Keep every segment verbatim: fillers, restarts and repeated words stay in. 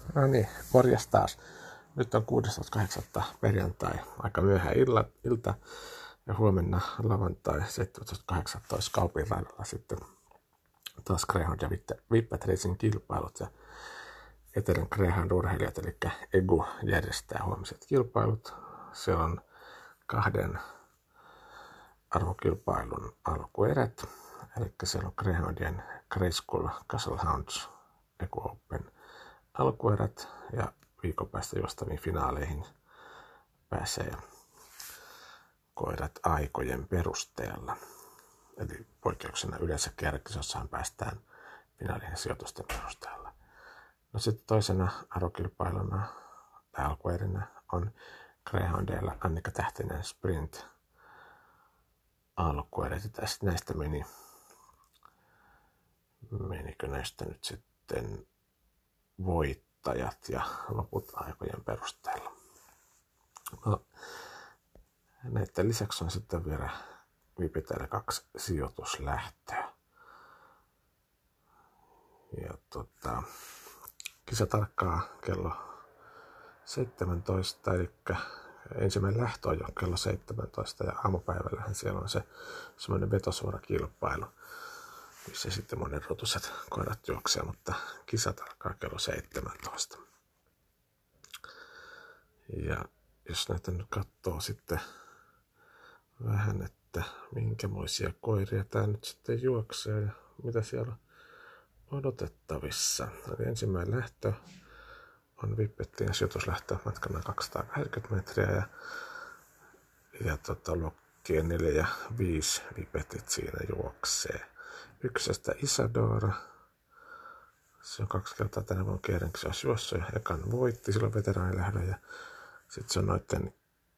No niin, morjes taas. Nyt on kuudestoista kahdeksatta perjantai, aika myöhä illa, ilta, ja huomenna lavantai seitsemästoista kahdeksatta Kaupin radalla sitten taas Greyhound ja Whippet Racing kilpailut, ja Etelän Greyhound urheilijat, eli E G U, järjestää huomiset kilpailut. Se on kahden arvokilpailun alkuerät, eli siellä on Greyhoundien Grey School Castle Hounds E G U Open alkuerät, ja viikon päästä juostaviin finaaleihin pääsee koirat aikojen perusteella. Eli poikkeuksena yleensä kärkisossahan päästään finaalien sijoitusten perusteella. No sitten toisena arvokilpailuna tai alkuerinä on Greyhoundeilla Annika Tähtinen Sprint alkuerät. Tästä näistä meni, menikö näistä nyt sitten voittajat ja loput aikojen perusteella. No, näiden lisäksi on sitten vielä Whippetillä kaksi sijoituslähtöä. Ja tota, kisat alkaa kello seitsemäntoista, eli ensimmäinen lähtö on jo kello seitsemäntoista, ja aamupäivällähän siellä on se semmoinen vetosuora kilpailu, missä sitten monenrotuiset koirat juoksevat, mutta kisat alkaa kello seitsemäntoista. Ja jos näitä nyt katsoo sitten vähän, että minkämoisia koiria tämä nyt sitten juoksee ja mitä siellä on odotettavissa. Eli ensimmäinen lähtö on Whippetien sijoituslähtö matkana kaksisataakahdeksankymmentä metriä, ja, ja tota, luokkien neljä ja viisi Whippetit siinä juoksee. Yksestä Isadora. Se on kaksi kertaa tänä vuonna kerrankin se olisi juossut, ja ekan voitti silloin veteraanilähdön, ja sitten se on noiden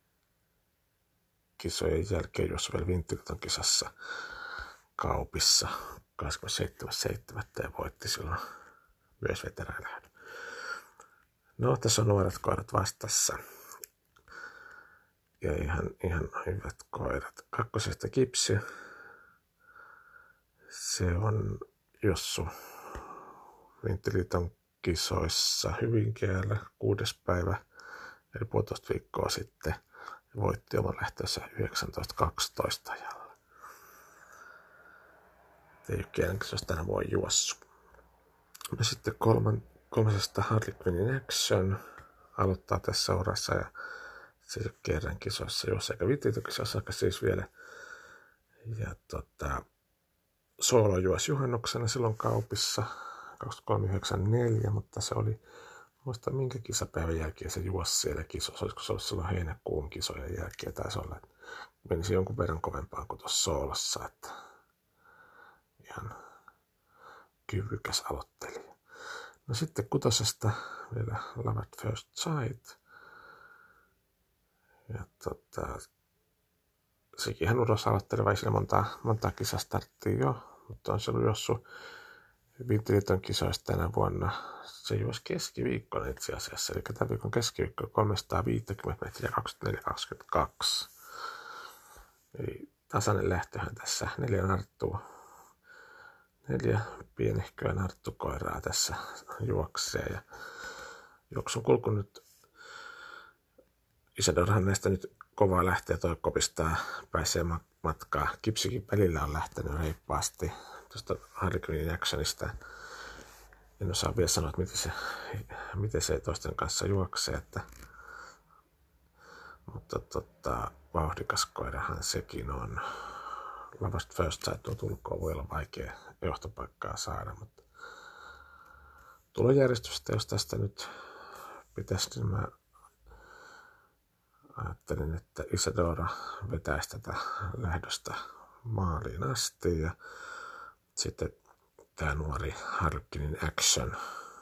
kisojen jälkeen juossut vielä Vinttiliiton kisassa Kaupissa kahdeskymmenesseitsemäs seitsemättä ja voitti silloin myös veteraanilähdön. No, tässä on nuoret koirat vastassa. Ja ihan, ihan hyvät koirat. Kakkosesta Kipsi. Se on Jossu Vinttiliiton kisoissa Hyvinkäällä kuudes päivä, eli puolitoista viikkoa sitten. Ja voitti oman lähtöönsä yhdeksäntoista kaksitoista ajalla. Ei ole kierränkisessä tänä vuonna juossut. No sitten kolman, kolmasesta Harley Quinnin Action aloittaa tässä urassa, ja se ei ole kerran kisoissa juossa eikä Vinttiliitokisoissa siis vielä. Ja tota, Soolo juosi juhannuksena silloin Kaupissa kaksikymmentäkolme yhdeksänkymmentäneljä, mutta se oli, muista minkä kisapäivän jälkeen se juosi siellä kisossa, olisiko se ollut silloin heinäkuun kisojen jälkeen, taisi olla, että menisi jonkun verran kovempaan kuin tuossa Soolossa, että ihan kyvykäs aloittelija. No sitten kutosesta vielä Love at First Sight. Ja tota, sekin ihan uros aloitteleva, ei sillä montaa, montaa kisastarttia jo, mutta on se ollut jossu Vinttiliiton kisoista tänä vuonna. Se juosi keskiviikkona itse asiassa, eli tämän viikon keskiviikko kolmesataaviisikymmentä metriä kaksikymmentäneljä kaksikymmentäkaksi. Eli tasainen lähtöhän tässä, neljä narttua, neljä pienehköä narttukoiraa tässä juoksee, ja juoksun kulku nyt, Isadorahan näistä nyt kovaa lähtee, toi kopistaa, pääsee matkaa. Kipsikin välillä on lähtenyt reippaasti tuosta Harley Quinnin Actionista. En osaa vielä sanoa, että miten se, miten se toisten kanssa juoksee, että, mutta tota, vauhdikas koirahan sekin on. Lavast First Sight on tulkoon, voi olla vaikea johtopaikkaa saada, mutta tulojärjestystä, jos tästä nyt pitäisi, niin mä ajattelin, että Isadora vetäisi tätä lähdöstä maaliin asti, ja sitten tämä nuori Harley Quinnin Action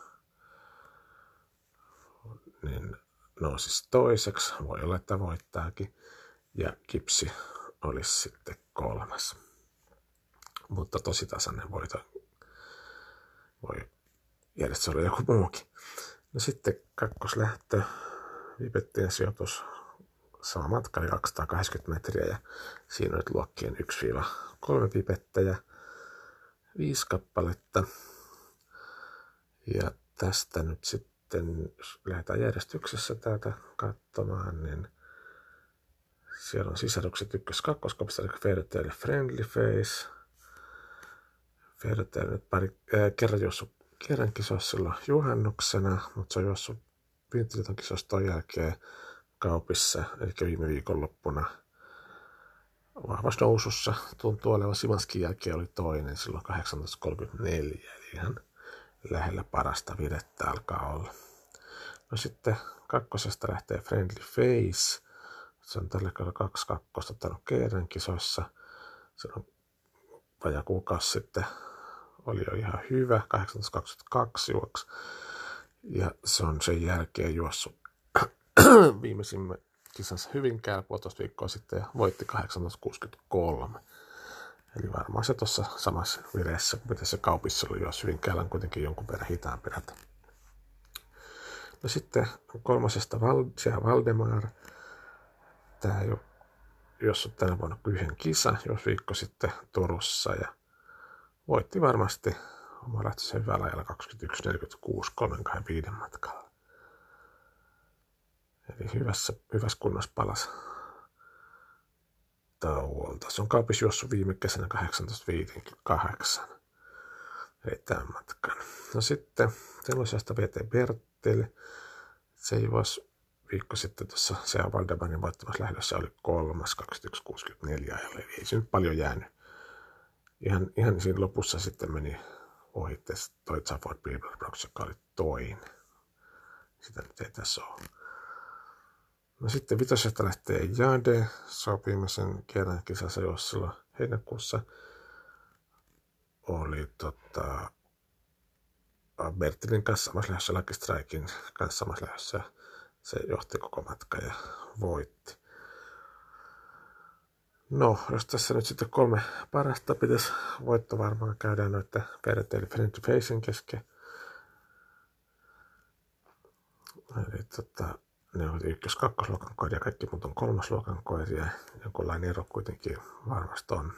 niin nousisi toiseksi, voi olla, että voittaakin, ja Kipsi olisi sitten kolmas. Mutta tosi tasainen voito voi järjestää olla joku muukin. No sitten kakkoslähtö, Whippettien sijoitus, sama matka, eli kaksisataakahdeksankymmentä metriä, ja siinä on nyt luokkien yksi kolme Whippettä, viisi kappaletta. Ja tästä nyt sitten sitten, jos lähdetään järjestyksessä täältä katsomaan, niin siellä on sisarukset ykkös kakkoskopissa, eli Fairy Tail Friendly Face. Fairy Tail nyt pari äh, kerran juossut kerran kisoissa silloin juhannuksena, mutta se on juossut Vintiiliton kisoissa ton jälkeen kaupissa, eli viime viikonloppuna vahvassa nousussa. Tuntuu olevan Simanskin jälkeen oli toinen silloin kahdeksantoista kolmekymmentäneljä, eli ihan lähellä parasta virettä alkaa olla. No sitten kakkosesta lähtee Friendly Face. Se on tällä kerralla kaksi kakkosta ottanut kerran kisoissa. Se on vajaa kuukausi sitten oli jo ihan hyvä, kahdeksantoista kaksikymmentäkaksi juoksi. Ja se on sen jälkeen juossut viimeisimmän kisansa Hyvinkäällä puolitoista viikkoa sitten ja voitti kahdeksantoista kuusikymmentäkolme. Eli varmaan se tuossa samassa vireessä, miten se kaupissa oli, jos Hyvinkäällä on kuitenkin jonkun verran hitaan perätä. No sitten kolmosesta Val- Valdemar. Tämä jo, jos on tänä vuonna yhden kisa, jos viikko sitten Turussa ja voitti varmasti oma lähtöisen hyvällä ajalla kaksikymmentäyksi neljäkymmentäkuusi kolmekymmentäviisi matkalla. Eli hyvässä, hyvässä kunnossa palas tauolta. Se on kaupissa juossut viime kesänä kahdeksantoista viisikymmentäkahdeksan. Eli tämän matkan. No sitten sellaisesta V T Bertil. Se juosi viikko sitten tuossa C A Valdemarin voittamassa lähdössä oli kolmas kaksikymmentäyksi kuusikymmentäneljä ajalla. Eli ei se nyt paljon jäänyt. Ihan, ihan siinä lopussa sitten meni ohitte toi Zafford Beeblebrox, joka oli toinen. Sitä nyt ei tässä ole. No sitten vitosesta lähtee Jade. Se on viimeisen kerran kisassa, jos silloin heinäkuussa oli tota, Bertilin kanssa samassa lähdössä, Lucky Strikein kanssa samassa lähdössä. Se johti koko matka ja voitti. No, jos tässä nyt sitten kolme parasta pitäisi voitto varmaan käydään noiden Fairy Tail Friendly Facen kesken. Eli tota, ne on ykkös-kakkosluokan koiria ja kaikki muut on kolmasluokan koiria. Jonkunlainen ero kuitenkin varmasti on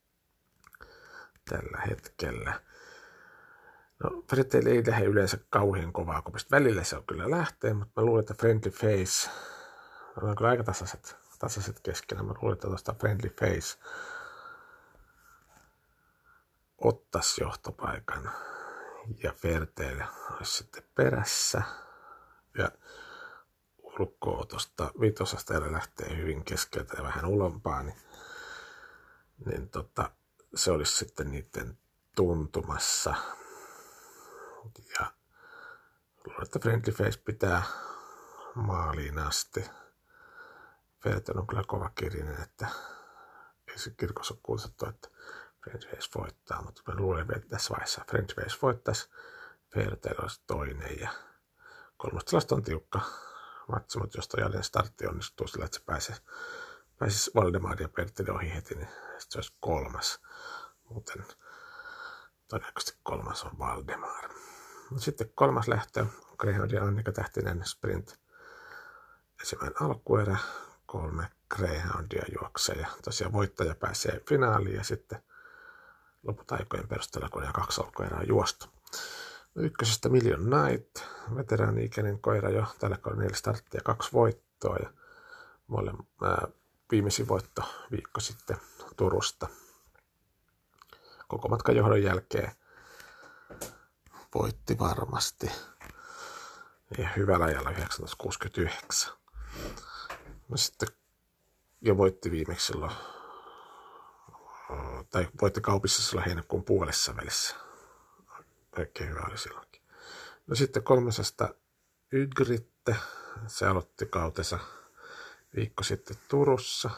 tällä hetkellä. No, Fairy Tail ei lähde yleensä kauhean kovaa kopista. Välillä se on kyllä lähtee, mutta mä luulen, että Friendly Face on kyllä aika tasaiset, tasaiset keskenään. Mä luulen, että tuosta Friendly Face ottaisi johtopaikan ja Fairy Tail olisi sitten perässä. Ja ulkoa tuosta vitosesta ja lähtee hyvin keskeltä ja vähän ulompaa, niin, niin tota, se olisi sitten niiden tuntumassa. Ja luulen, että Friendly Face pitää maaliin asti. Fairy Tail on kyllä kova kirinen, että ei se kirkossa ole kuultettu, että Friendly Face voittaa, mutta mä luulen, että tässä vaiheessa Friendly Face voittaisi, Fairy Tail olisi toinen ja kolmostilasta on tiukka matsi, mutta jos toi jälleen startti onnistuu sillä, että se pääsee, pääsisi Valdemar ja Bertilin ohi heti, niin se olisi kolmas. Muuten todennäköisesti kolmas on Valdemar. No sitten kolmas lähtö on Greyhound ja Annika Tähtinen Sprint. Ensimmäinen alkuerä, kolme Greyhoundia juoksee ja tosiaan voittaja pääsee finaaliin ja sitten loput aikojen perusteella, kun on kaksi alkuerää juostu. Ykkösestä Million Night, veteraani-ikäinen koira jo, tällä kaudella neljä starttia, kaksi voittoa ja mulle ää, viimeisin voitto viikko sitten Turusta. Koko matkan johdon jälkeen voitti varmasti ja hyvällä ajalla yhdeksäntoista kuusikymmentäyhdeksän. No sitten jo voitti viimeksi silloin, tai voitti kaupissa silloin heinäkuun puolessa välissä. Oikein hyvä oli silloinkin. No sitten kolmesesta Ygritte. Se aloitti kautensa viikko sitten Turussa.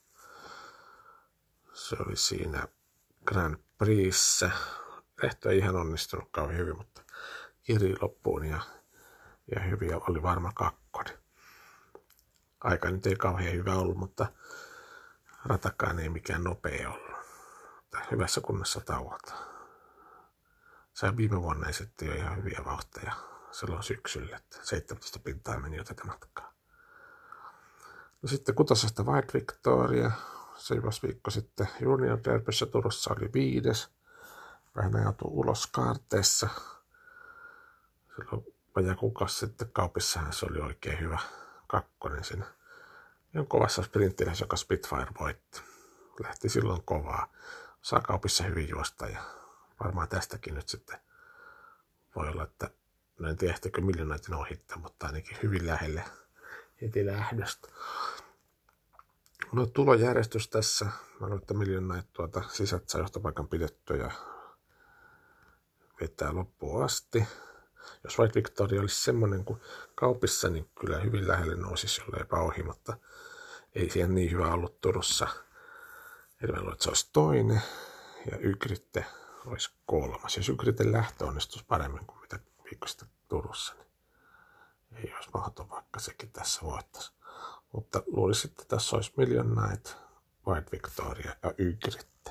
Se oli siinä Grand Prixssä. Lehto ei ihan onnistunut kauhean hyvin, mutta kiri loppuun ja, ja hyviä oli varma kakkonen. Aika nyt ei kauhean hyvä ollut, mutta ratakaan ei mikään nopea ollut. Hyvässä kunnossa tauolta. Se viime vuonna esitti jo ihan hyviä vauhteja silloin syksyllä, että seitsemäntoista pintaa meni jo tätä matkaa. No sitten kutosesta White Victoria, se juosi viikko sitten Junior Derbyssä Turussa oli viides. Vähän ajautui ulos kaarteessa. Silloin vajaa kuukausi sitten kaupissahan se oli oikein hyvä kakkonen siinä. Ihan kovassa sprinttilässä, joka Spitfire voitti. Lähti silloin kovaa. Saa kaupissa hyvin juosta ja varmaan tästäkin nyt sitten voi olla, että no en tiedä ehtikö miljoonaitin ohittaa, mutta ainakin hyvin lähelle heti lähdöstä. No tulojärjestys tässä. Mä luulen, että miljoonait tuota sisältä saa johtopaikan pidettyä ja vetää loppuun asti. Jos White Victoria olisi semmoinen kuin kaupissa, niin kyllä hyvin lähelle nousisi jolleipä ohi, mutta ei siihen niin hyvä ollut Turussa. Eli mä luulen, että se olisi toinen ja Ygritte olisi kolmas. Jos Ygritten lähtö onnistuisi paremmin kuin mitä viikko sitten Turussa, niin ei olisi mahdoton, vaikka sekin tässä voittaisi. Mutta luulisin, että tässä olisi Million Night, White Victoria ja Ygritte.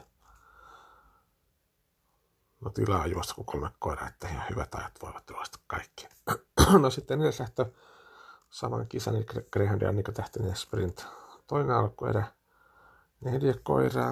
No tilaa juosta kuin kolme koiraa, että ihan hyvät ajat voivat juosta kaikki. No sitten edes lähtö saman kisan, eli Greyhound ja Annika Tähtinen Sprint. Toinen alkuerä, neljä koiraa.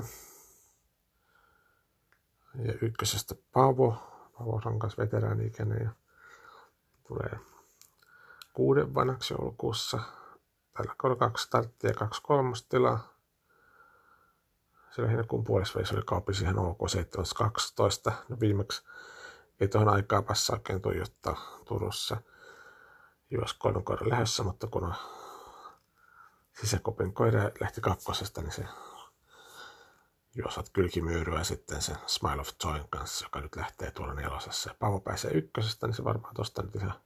Ja ykkösestä Pavo. Pavo on kanssa veteraani-ikäinen ja tulee kuuden vanhaksi joulukuussa. Tällä on kaksi starttia ja kaksi kolmostilaa. Siellä heinäkuun puolessa välissä oli kaupissa ihan ok seitsemän kaksitoista. No viimeksi ei tuohon aikaa päässä oikein tuijottaa Turussa. Juosi kolmen koiran lähdössä, mutta kun on sisäkopin koira lähti kakkosesta, niin se juosat kylkimyyryä sitten sen Smile of Joyn kanssa, joka nyt lähtee tuolla nelosessa. Ja Pavo pääsee ykkösestä, niin se varmaan tosta nyt ihan,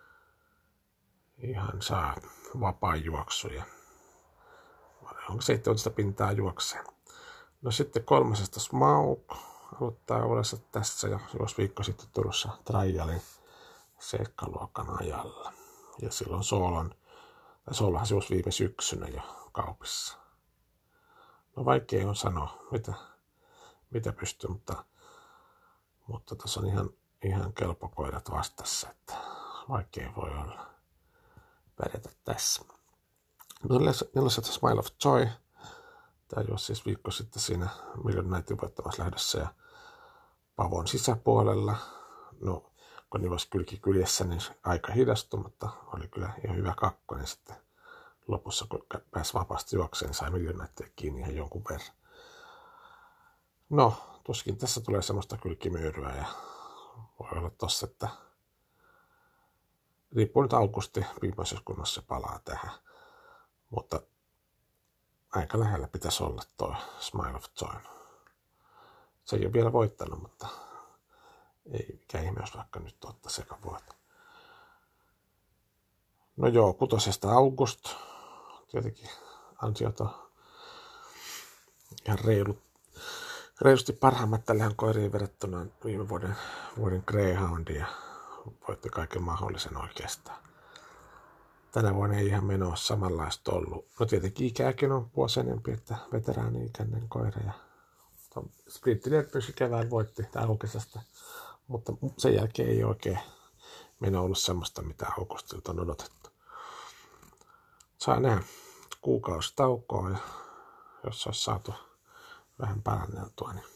ihan saa vapaan juoksuja. Onko seitsemäntoista pintaa juokseen? No sitten kolmasesta Smaug aloittaa uudessa tässä ja jos viikko sitten Turussa trialin seikkaluokan ajalla. Ja silloin Soolon, tai Soolahan se juosi viime syksynä jo kaupissa. No vaikea on sanoa, mitä, mitä pystyy, mutta, mutta tässä on ihan, ihan kelpo koirat vastassa, että vaikea voi olla pärjätä tässä. No nelosesta Smile of Joy. Tämä juosi siis viikko sitten siinä Million Nightin voittamassa lähdössä ja Pavon sisäpuolella. No, kun nivoisi kylki kyljessä, niin aika hidastui, mutta oli kyllä ihan hyvä kakkonen sitten lopussa, kun pääsi vapaasti juokseen, sai Million Nightia kiinni ihan jonkun verran. No, tuskin tässä tulee semmoista kylkimyyryä ja voi olla tossa, että riippuu nyt Augusti viimeisessä kunnossa palaa tähän, mutta aika lähellä pitäisi olla tuo Smile of Joy. Se ei ole vielä voittanut, mutta ei mikään ihme, jos vaikka nyt ottaa sekä voita. No joo, kutosesta August. Tietenkin ansiota ihan reilu, reilusti parhaimmat tähän koiriin verrattuna viime vuoden, vuoden Greyhoundia. Voitti kaiken mahdollisen oikeastaan. Tänä vuonna ei ihan menoa samanlaista ollut. No tietenkin ikääkin on vuosi enempi, että veteraani-ikäinen koira. Ja Sprinttilijät pysyi kevään voitti Augustasta, mutta sen jälkeen ei oikein meno ollut semmoista, mitä Augustilta on odotettu. Saa nähdä kuukausi taukoa ja jos olisi saatu vähän paranneltua, niin,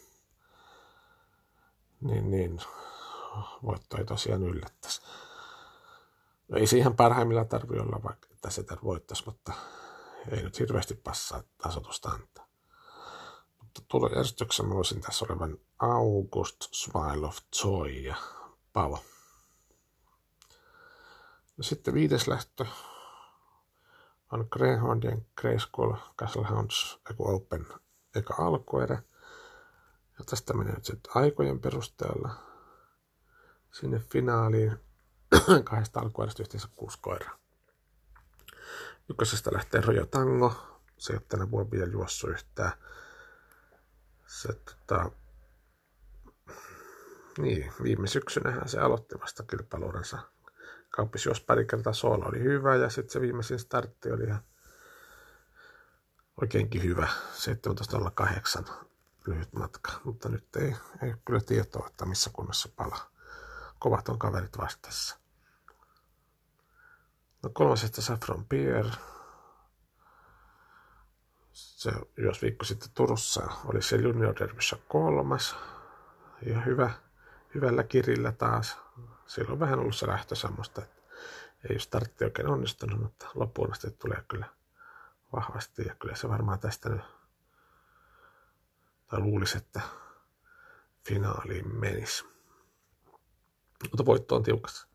niin, niin voitto ei tosiaan yllättäisi. No ei se ihan parhaimmillaan tarvitse olla, vaikka tässä ei voittaisi, mutta ei nyt hirveästi passaa tasoitusta antaa. Mutta tulojärjestyksen mä voisin tässä olevan August, Smile of Joy ja Pavo. No sitten viides lähtö on Greyhoundien Grey School Castle Hounds Open eka alkuerä. Ja tästä menee nyt sitten aikojen perusteella sinne finaaliin. Kahdesta alkuerästä yhteensä kuusi koiraa. Ykkösestä lähtee Rojo Tango. Se ei ole tänä vuonna vielä juossut yhtään. Se, tota, niin, viime syksynähän se aloitti vasta kilpailuuransa. Kauppis juosi pari kertaa, Soolo oli hyvä ja sitten se viimeisin startti oli ihan oikeinkin hyvä. seitsemäntoista nolla kahdeksan lyhyt matka, mutta nyt ei, ei ole kyllä tietoa, että missä kunnossa palaa. Kovat on kaverit vastassa. No kolmasesta Saffron Pier. Se jos viikko sitten Turussa oli se Junior Derbyssä kolmas. Ja hyvä, hyvällä kirillä taas. Silloin on vähän ollut se lähtö semmoista, että ei startti oikein onnistunut, mutta loppuun asti tulee kyllä vahvasti. Ja kyllä se varmaan tästä nyt, tai luulisi, että finaaliin menisi. Mutta voitto on tiukassa.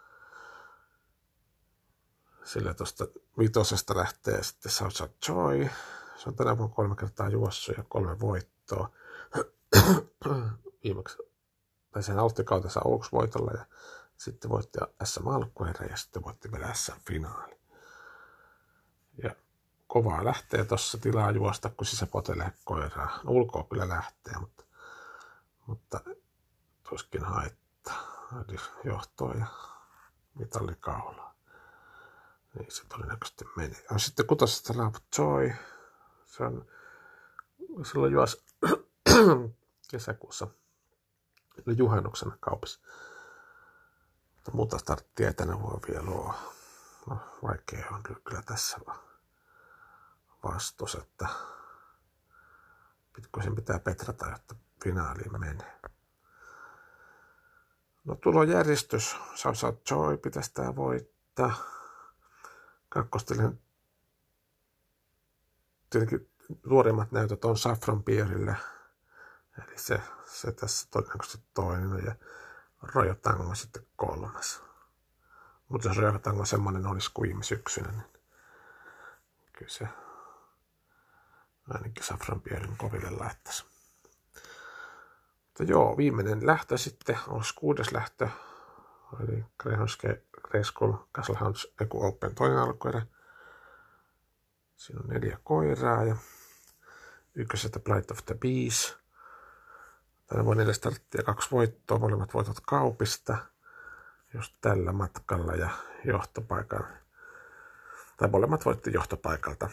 Sillä tuosta vitosesta lähtee sitten Southside Joy. Se on tänä vuonna kolme kertaa juossut ja kolme voittoa. Viimeksi, tai sen aloitti kautensa Oaks-voitolla ja sitten voitti S M-alkuerä ja sitten voitti vielä S M-finaali. Ja kovaa lähtee tuossa, tilaa juosta, kun sisäpotelee koiraa. No ulkoa kyllä lähtee, mutta, mutta tuskin haittaa. Eli johtoa ja mitallikaulaa. Niin se todennäköisesti menee. Ja sitten kutosesta Love Joy. Se on silloin juos kesäkuussa juhannuksena kaupassa. Mutta muuta starttia ei tänä vuonna vielä ole. No, vaikea on kyllä tässä vastus, että pikkuisen pitää petrata, jotta finaaliin menee. No tulojärjestys. Southside Joy pitäisi tää voittaa. Kakkostelin tietenkin nuorimmat näytöt on Saffron Pierille. Eli se, se tässä todennäköisesti toinen ja Royal Tango sitten kolmas. Mutta jos Royal Tango semmoinen olisi kuin viime syksynä, niin kyllä se ainakin Saffron Pierin koville laittaisi. Mutta joo, viimeinen lähtö sitten olisi kuudes lähtö. Eli Grey School Castle Hounds Eku Open toinen alkuerä. Siinä on neljä koiraa ja ykkösestä Plight of the Bees. Tänä vuonna neljä starttia, kaksi voittoa, molemmat voitot kaupista. Just tällä matkalla ja johtopaikan. Tai molemmat voitti johtopaikalta.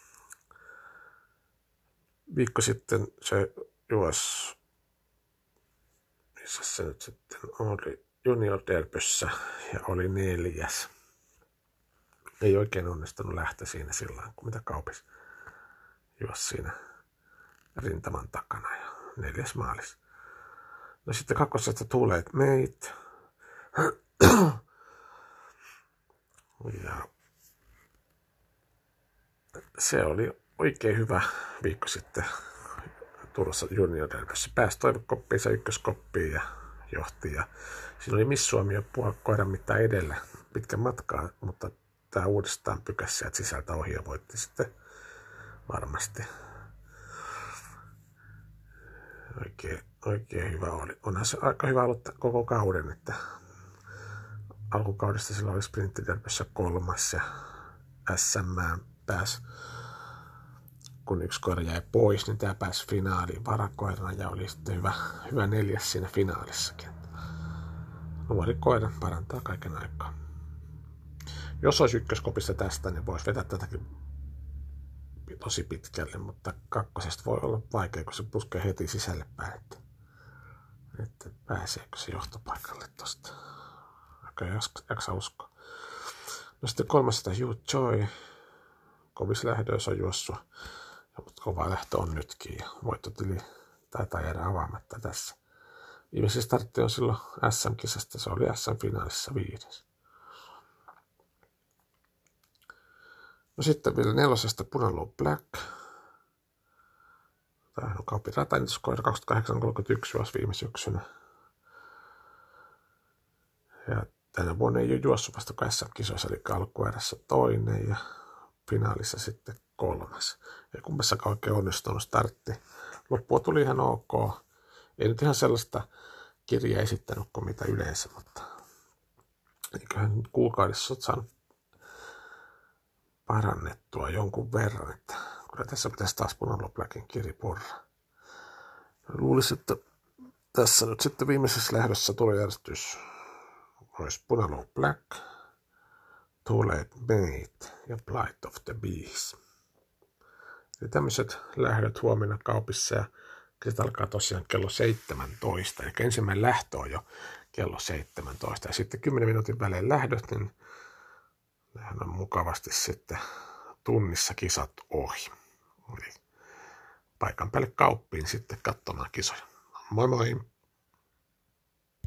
Viikko sitten se juosi, missä se nyt sitten oli, Junior Derbyssä ja oli neljäs. Ei oikein onnistunut lähtö siinä sillä kun mitä kaupissa juosi siinä rintaman takana ja neljäs maalis. No sitten kakkosesta Too Late Mate. Ja se oli oikein hyvä viikko sitten Turussa Junior Derbyssä. Pääsi toivekoppiinsa ykköskoppiin ja johti. Ja siinä oli Miss Suomi jo puoli koiran mittaan edellä pitkän matkaa, mutta tämä uudestaan pykäsi sieltä sisältä ohi ja voitti sitten varmasti. Oikein, oikein hyvä oli. Onhan se aika hyvä aloittaa koko kauden, että alkukaudesta sillä oli sprinttiderbyssä kolmas ja S M pääsi, kun yksi koira jäi pois, niin tämä pääsi finaaliin varakoirana ja oli sitten hyvä, hyvä neljäs siinä finaalissakin. Nuori koira parantaa kaiken aikaa. Jos olisi ykköskopissa tästä, niin voisi vetää tätäkin tosi pitkälle, mutta kakkosesta voi olla vaikea, kun se puskee heti sisälle päin, että, että pääseekö se johtopaikalle tosta. Aika jaksa uskoa. No sitten kolmasesta Hugh Joy. Kovissa lähdöissä on juossut, mutta kova lähtö on nytkin ja voittotili taitaa jäädä avaamatta tässä. Viimeisin startti on silloin S M-kisasta, se oli S M-finaalissa viides. No sitten vielä nelosesta Punaloo Black. Tämä on Kaupin ratanityskoira kaksikymmentäkahdeksan kolmekymmentäyksi juosi viime syksynä. Ja tänä vuonna ei ole juossut vasta kuin S M-kisoissa, eli alkuerässä toinen ja finaalissa sitten kolmas. Ja kummassakaan oikein onnistunut startti. Loppua tuli ihan ok. Ei nyt ihan sellaista kirjaa esittänyt kuin mitä yleensä, mutta eiköhän nyt kuukaudessa olet saanut parannettua jonkun verran, että kyllä tässä pitäisi taas Punaloo Blackin kiri purra. Luulisin, että tässä nyt sitten viimeisessä lähdössä tulojärjestys olisi Punaloo Black, Too Late Mate ja Plight of the Bees. Eli tämmöiset lähdöt huomenna kaupissa ja se alkaa tosiaan kello seitsemäntoista. Eli ensimmäinen lähtö on jo kello seitsemäntoista. Ja sitten kymmenen minuutin välein lähdöt, niin nehän on mukavasti sitten tunnissa kisat ohi. Eli paikan päälle kauppiin sitten katsomaan kisoja. Moi moi!